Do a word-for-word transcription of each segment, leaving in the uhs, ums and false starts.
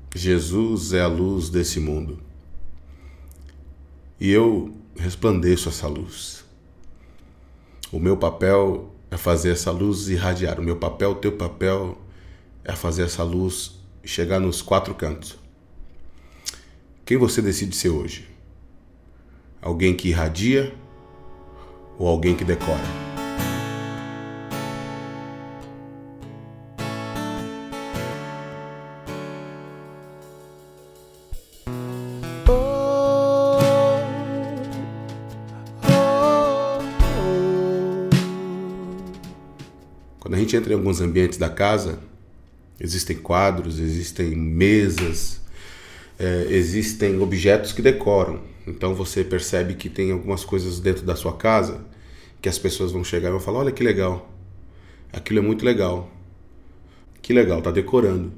Jesus é a luz desse mundo. E eu resplandeço essa luz. O meu papel é fazer essa luz irradiar. O meu papel, o teu papel é fazer essa luz chegar nos quatro cantos. Quem você decide ser hoje? Alguém que irradia ou alguém que decora? Quando a gente entra em alguns ambientes da casa, existem quadros, existem mesas, é, existem objetos que decoram. Então você percebe que tem algumas coisas dentro da sua casa que as pessoas vão chegar e vão falar: olha que legal, aquilo é muito legal, que legal, tá decorando.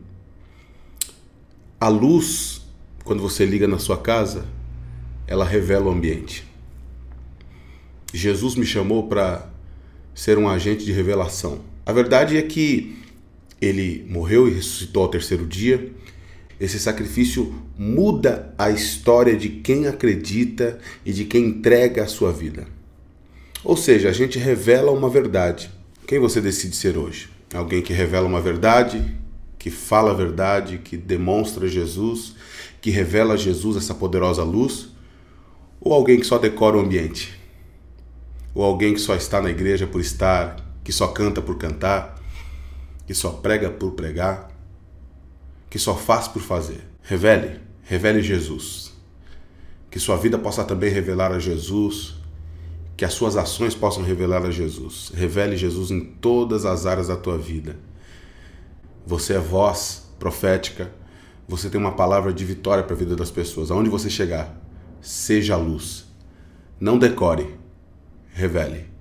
A luz, quando você liga na sua casa, ela revela o ambiente. Jesus me chamou para ser um agente de revelação. A verdade é que ele morreu e ressuscitou ao terceiro dia. Esse sacrifício muda a história de quem acredita e de quem entrega a sua vida. Ou seja, a gente revela uma verdade. Quem você decide ser hoje? Alguém que revela uma verdade, que fala a verdade, que demonstra Jesus, que revela Jesus, essa poderosa luz? Ou alguém que só decora o ambiente? Ou alguém que só está na igreja por estar, que só canta por cantar, que só prega por pregar, que só faz por fazer? Revele, revele Jesus. Que sua vida possa também revelar a Jesus, que as suas ações possam revelar a Jesus. Revele Jesus em todas as áreas da tua vida. Você é voz profética, você tem uma palavra de vitória para a vida das pessoas. Aonde você chegar, seja a luz. Não decore, revele.